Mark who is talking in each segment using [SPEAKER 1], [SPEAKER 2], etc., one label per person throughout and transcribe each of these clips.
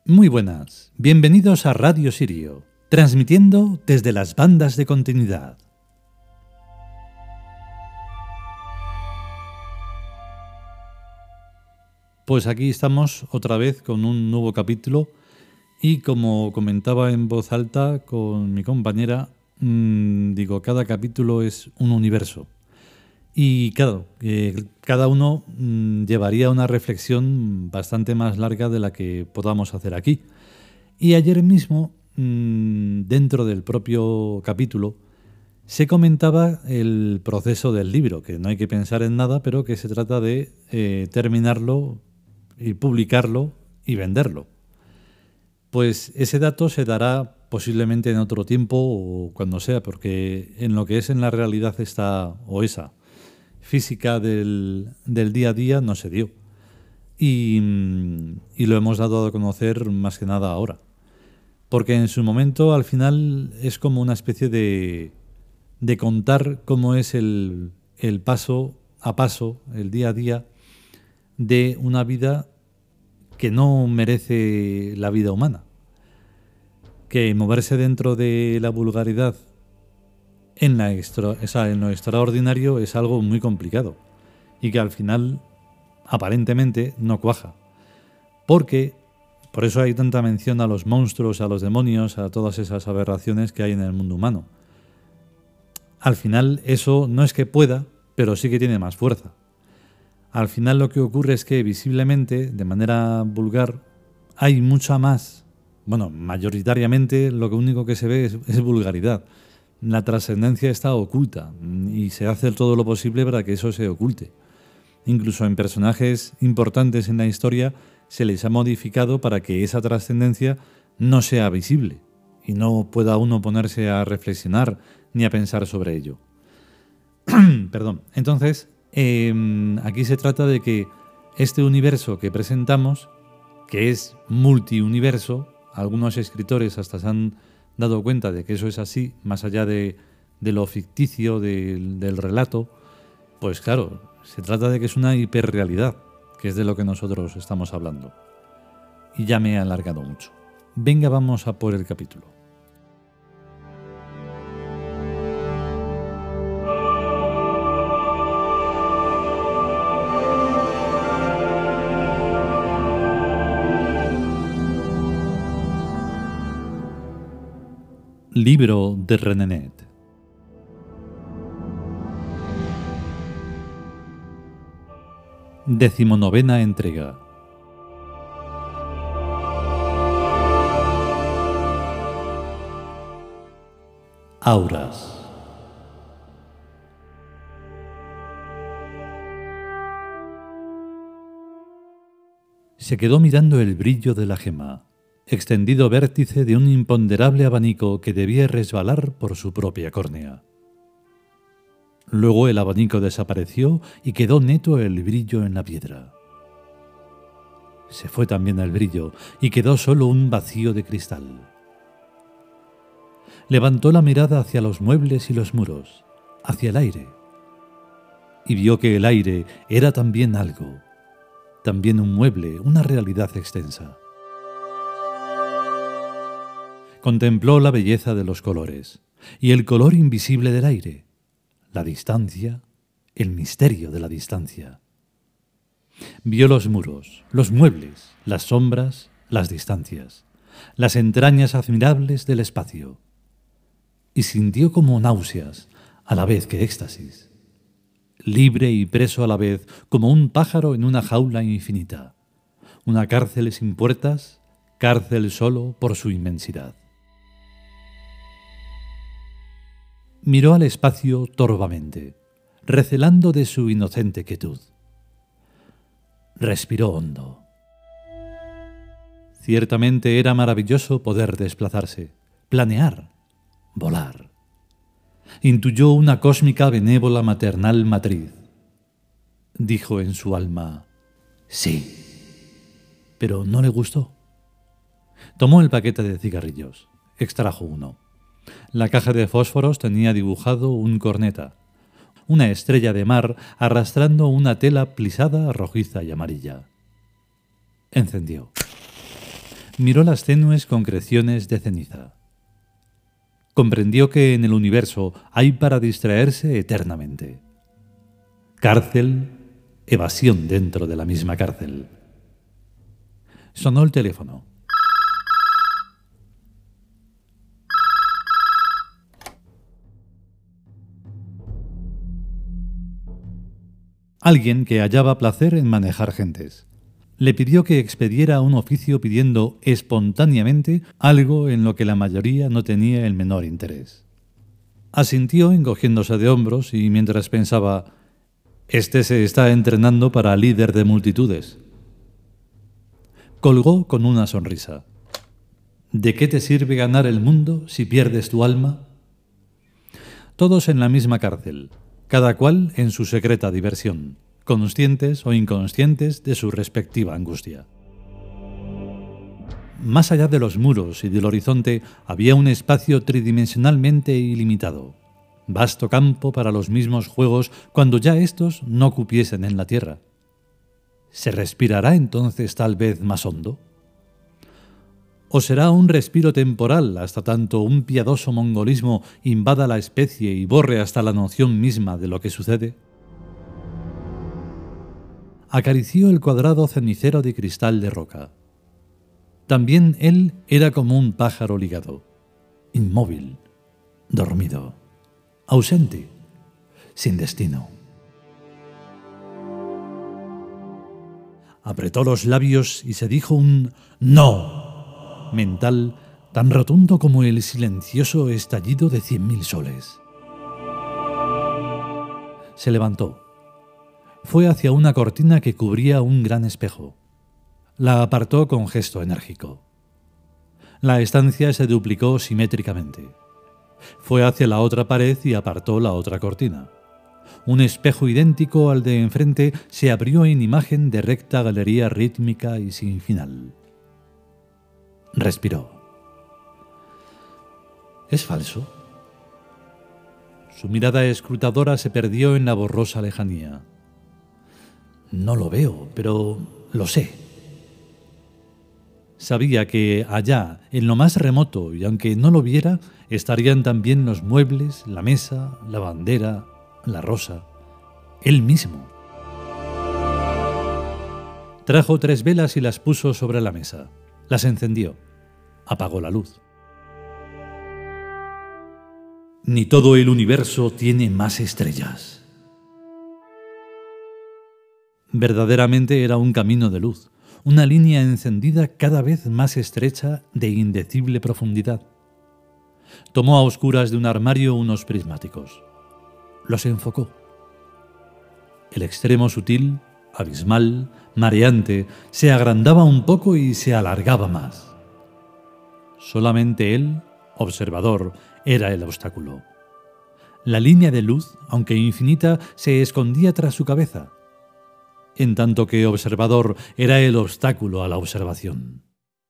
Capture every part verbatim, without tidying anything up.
[SPEAKER 1] Muy buenas, bienvenidos a Radio Sirio, transmitiendo desde las bandas de continuidad. Pues aquí estamos otra vez con un nuevo capítulo y como comentaba en voz alta con mi compañera, mmm, digo, cada capítulo es un universo. Y claro, eh, cada uno mmm, llevaría una reflexión bastante más larga de la que podamos hacer aquí. Y ayer mismo, mmm, dentro del propio capítulo, se comentaba el proceso del libro, que no hay que pensar en nada, pero que se trata de eh, terminarlo y publicarlo y venderlo. Pues ese dato se dará posiblemente en otro tiempo o cuando sea, porque en lo que es en la realidad esta o esa física del, del día a día no se dio. Y, y lo hemos dado a conocer más que nada ahora. Porque en su momento al final es como una especie de, de contar cómo es el, el paso a paso, el día a día de una vida que no merece la vida humana. Que moverse dentro de la vulgaridad en, la extra, o sea, en lo extraordinario es algo muy complicado y que al final aparentemente no cuaja. Porque por eso hay tanta mención a los monstruos, a los demonios, a todas esas aberraciones que hay en el mundo humano. Al final eso no es que pueda, pero sí que tiene más fuerza. Al final lo que ocurre es que visiblemente, de manera vulgar, hay mucha más. Bueno, mayoritariamente lo único que se ve es, es vulgaridad. La trascendencia está oculta y se hace todo lo posible para que eso se oculte. Incluso en personajes importantes en la historia se les ha modificado para que esa trascendencia no sea visible y no pueda uno ponerse a reflexionar ni a pensar sobre ello. Perdón. Entonces, eh, aquí se trata de que este universo que presentamos, que es multiuniverso, algunos escritores hasta se han dado cuenta de que eso es así, más allá de, de lo ficticio de, del relato, pues claro, se trata de que es una hiperrealidad, que es de lo que nosotros estamos hablando. Y ya me he alargado mucho. Venga, vamos a por el capítulo. Libro de Renenet. Decimonovena entrega. Auras. Se quedó mirando el brillo de la gema, extendido vértice de un imponderable abanico que debía resbalar por su propia córnea. Luego el abanico desapareció y quedó neto el brillo en la piedra. Se fue también el brillo y quedó solo un vacío de cristal. Levantó la mirada hacia los muebles y los muros, hacia el aire, y vio que el aire era también algo, también un mueble, una realidad extensa. Contempló la belleza de los colores y el color invisible del aire, la distancia, el misterio de la distancia. Vio los muros, los muebles, las sombras, las distancias, las entrañas admirables del espacio, y sintió como náuseas, a la vez que éxtasis, libre y preso a la vez como un pájaro en una jaula infinita, una cárcel sin puertas, cárcel solo por su inmensidad. Miró al espacio torvamente, recelando de su inocente quietud. Respiró hondo. Ciertamente era maravilloso poder desplazarse, planear, volar. Intuyó una cósmica benévola maternal matriz. Dijo en su alma, sí, pero no le gustó. Tomó el paquete de cigarrillos, extrajo uno. La caja de fósforos tenía dibujado un corneta, una estrella de mar arrastrando una tela plisada rojiza y amarilla. Encendió. Miró las tenues concreciones de ceniza. Comprendió que en el universo hay para distraerse eternamente. Cárcel, evasión dentro de la misma cárcel. Sonó el teléfono. Alguien que hallaba placer en manejar gentes. Le pidió que expediera un oficio pidiendo espontáneamente algo en lo que la mayoría no tenía el menor interés. Asintió encogiéndose de hombros y mientras pensaba, «Este se está entrenando para líder de multitudes». Colgó con una sonrisa. «¿De qué te sirve ganar el mundo si pierdes tu alma?» Todos en la misma cárcel, cada cual en su secreta diversión, conscientes o inconscientes de su respectiva angustia. Más allá de los muros y del horizonte había un espacio tridimensionalmente ilimitado, vasto campo para los mismos juegos cuando ya éstos no cupiesen en la tierra. ¿Se respirará entonces tal vez más hondo? ¿O será un respiro temporal hasta tanto un piadoso mongolismo invada la especie y borre hasta la noción misma de lo que sucede? Acarició el cuadrado cenicero de cristal de roca. También él era como un pájaro ligado, inmóvil, dormido, ausente, sin destino. Apretó los labios y se dijo un «no» mental tan rotundo como el silencioso estallido de cien mil soles. Se levantó. Fue hacia una cortina que cubría un gran espejo. La apartó con gesto enérgico. La estancia se duplicó simétricamente. Fue hacia la otra pared y apartó la otra cortina. Un espejo idéntico al de enfrente se abrió en imagen de recta galería rítmica y sin final. Respiró. ¿Es falso? Su mirada escrutadora se perdió en la borrosa lejanía. No lo veo, pero lo sé. Sabía que allá, en lo más remoto, y aunque no lo viera, estarían también los muebles, la mesa, la bandera, la rosa, él mismo. Trajo tres velas y las puso sobre la mesa. Las encendió. Apagó la luz. Ni todo el universo tiene más estrellas. Verdaderamente era un camino de luz, una línea encendida cada vez más estrecha de indecible profundidad. Tomó a oscuras de un armario unos prismáticos. Los enfocó. El extremo sutil, abismal, mareante, se agrandaba un poco y se alargaba más. Solamente él, observador, era el obstáculo. La línea de luz, aunque infinita, se escondía tras su cabeza, en tanto que observador era el obstáculo a la observación.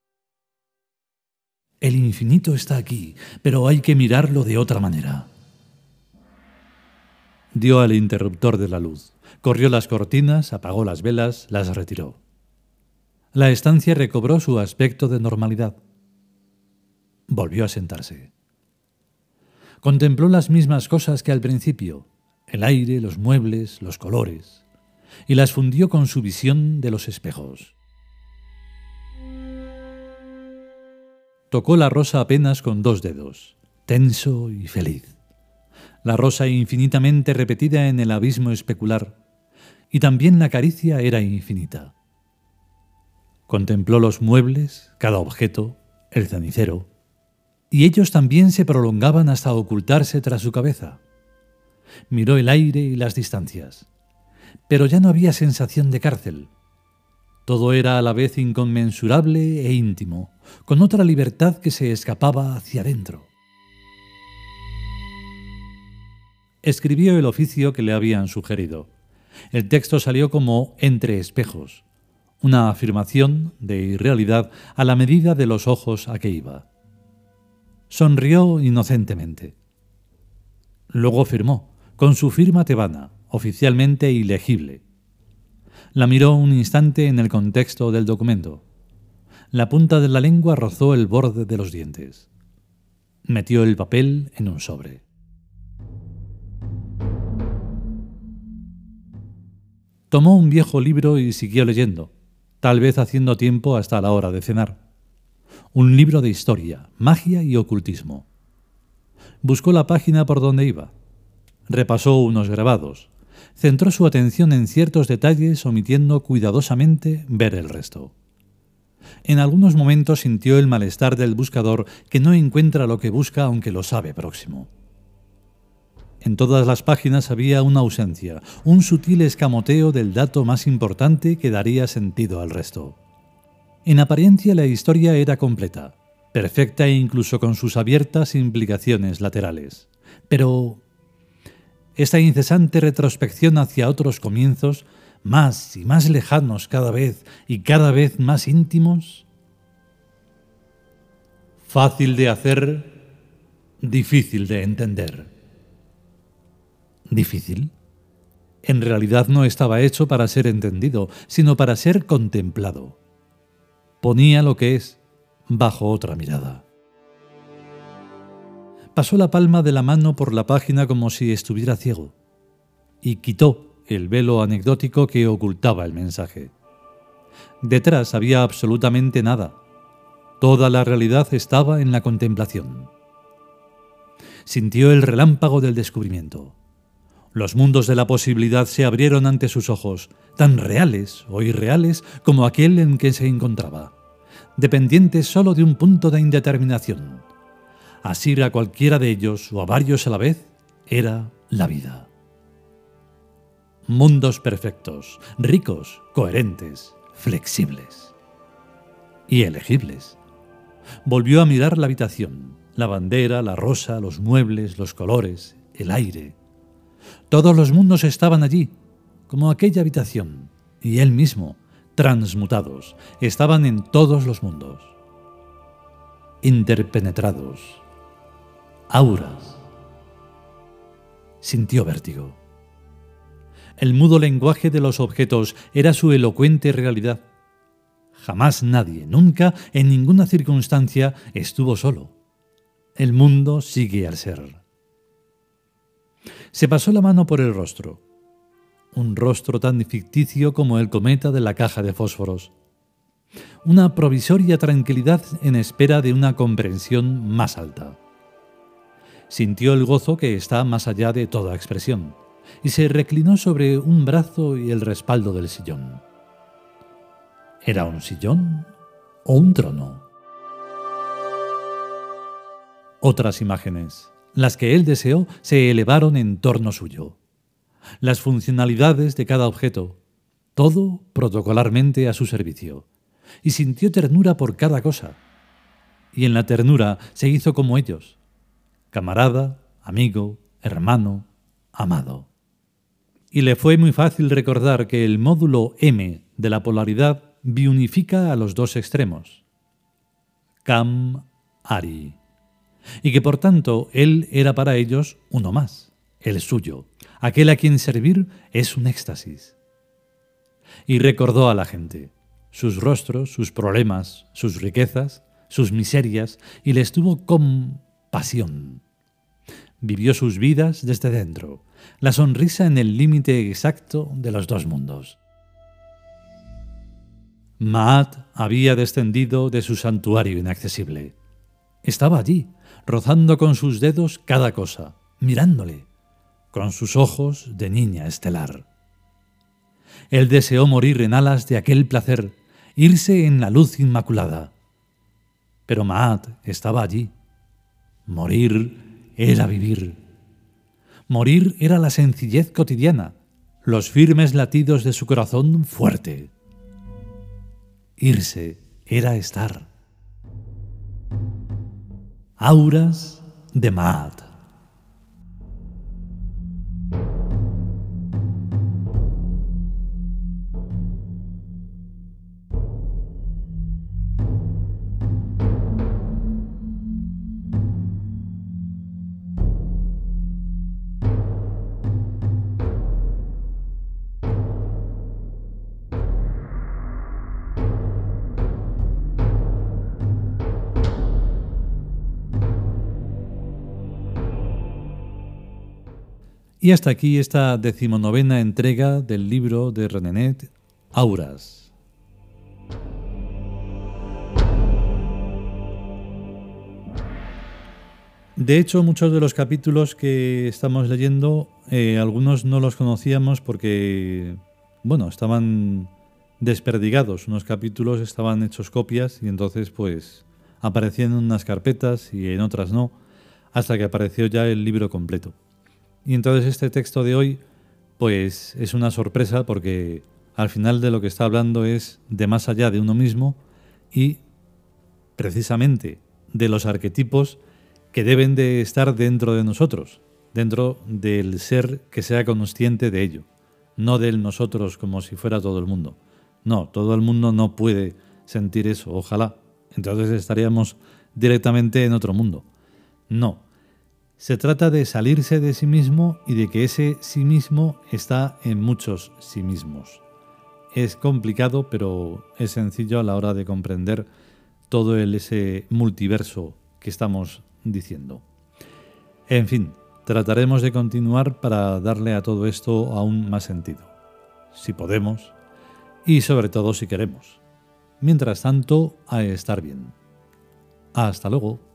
[SPEAKER 1] El infinito está aquí, pero hay que mirarlo de otra manera. Dio al interruptor de la luz, corrió las cortinas, apagó las velas, las retiró. La estancia recobró su aspecto de normalidad. Volvió a sentarse. Contempló las mismas cosas que al principio, el aire, los muebles, los colores, y las fundió con su visión de los espejos. Tocó la rosa apenas con dos dedos, tenso y feliz. La rosa infinitamente repetida en el abismo especular, y también la caricia era infinita. Contempló los muebles, cada objeto, el cenicero, y ellos también se prolongaban hasta ocultarse tras su cabeza. Miró el aire y las distancias, pero ya no había sensación de cárcel. Todo era a la vez inconmensurable e íntimo, con otra libertad que se escapaba hacia adentro. Escribió el oficio que le habían sugerido. El texto salió como entre espejos, una afirmación de irrealidad a la medida de los ojos a que iba. Sonrió inocentemente. Luego firmó, con su firma tebana, oficialmente ilegible. La miró un instante en el contexto del documento. La punta de la lengua rozó el borde de los dientes. Metió el papel en un sobre. Tomó un viejo libro y siguió leyendo, tal vez haciendo tiempo hasta la hora de cenar. Un libro de historia, magia y ocultismo. Buscó la página por donde iba. Repasó unos grabados. Centró su atención en ciertos detalles, omitiendo cuidadosamente ver el resto. En algunos momentos sintió el malestar del buscador que no encuentra lo que busca aunque lo sabe próximo. En todas las páginas había una ausencia, un sutil escamoteo del dato más importante que daría sentido al resto. En apariencia la historia era completa, perfecta e incluso con sus abiertas implicaciones laterales. Pero esta incesante retrospección hacia otros comienzos, más y más lejanos cada vez y cada vez más íntimos. Fácil de hacer, difícil de entender. ¿Difícil? En realidad no estaba hecho para ser entendido, sino para ser contemplado. Ponía lo que es bajo otra mirada. Pasó la palma de la mano por la página como si estuviera ciego y quitó el velo anecdótico que ocultaba el mensaje. Detrás había absolutamente nada. Toda la realidad estaba en la contemplación. Sintió el relámpago del descubrimiento. Los mundos de la posibilidad se abrieron ante sus ojos, tan reales o irreales como aquel en que se encontraba, dependientes solo de un punto de indeterminación. Asir a cualquiera de ellos o a varios a la vez era la vida. Mundos perfectos, ricos, coherentes, flexibles y elegibles. Volvió a mirar la habitación, la bandera, la rosa, los muebles, los colores, el aire. Todos los mundos estaban allí, como aquella habitación, y él mismo, transmutados, estaban en todos los mundos. Interpenetrados. Auras. Sintió vértigo. El mudo lenguaje de los objetos era su elocuente realidad. Jamás nadie, nunca, en ninguna circunstancia, estuvo solo. El mundo sigue al ser. Se pasó la mano por el rostro. Un rostro tan ficticio como el cometa de la caja de fósforos. Una provisoria tranquilidad en espera de una comprensión más alta. Sintió el gozo que está más allá de toda expresión, y se reclinó sobre un brazo y el respaldo del sillón. ¿Era un sillón o un trono? Otras imágenes, las que él deseó, se elevaron en torno suyo. Las funcionalidades de cada objeto, todo protocolarmente a su servicio, y sintió ternura por cada cosa. Y en la ternura se hizo como ellos, camarada, amigo, hermano, amado. Y le fue muy fácil recordar que el módulo M de la polaridad biunifica a los dos extremos, Kam, Ari, y que por tanto él era para ellos uno más, el suyo, aquel a quien servir es un éxtasis. Y recordó a la gente, sus rostros, sus problemas, sus riquezas, sus miserias, y les tuvo compasión. Vivió sus vidas desde dentro, la sonrisa en el límite exacto de los dos mundos. Ma'at había descendido de su santuario inaccesible. Estaba allí, rozando con sus dedos cada cosa, mirándole, con sus ojos de niña estelar. Él deseó morir en alas de aquel placer, irse en la luz inmaculada. Pero Ma'at estaba allí. Morir era vivir. Morir era la sencillez cotidiana, los firmes latidos de su corazón fuerte. Irse era estar. Auras de Ma'at. Y hasta aquí esta decimonovena entrega del libro de Renénet, Auras. De hecho, muchos de los capítulos que estamos leyendo, eh, algunos no los conocíamos porque, bueno, estaban desperdigados. Unos capítulos estaban hechos copias y entonces pues aparecían en unas carpetas y en otras no, hasta que apareció ya el libro completo. Y entonces este texto de hoy pues es una sorpresa porque al final de lo que está hablando es de más allá de uno mismo y precisamente de los arquetipos que deben de estar dentro de nosotros, dentro del ser que sea consciente de ello, no del nosotros como si fuera todo el mundo. No, todo el mundo no puede sentir eso, ojalá. Entonces estaríamos directamente en otro mundo. No. Se trata de salirse de sí mismo y de que ese sí mismo está en muchos sí mismos. Es complicado, pero es sencillo a la hora de comprender todo el, ese multiverso que estamos diciendo. En fin, trataremos de continuar para darle a todo esto aún más sentido. Si podemos y sobre todo si queremos. Mientras tanto, a estar bien. Hasta luego.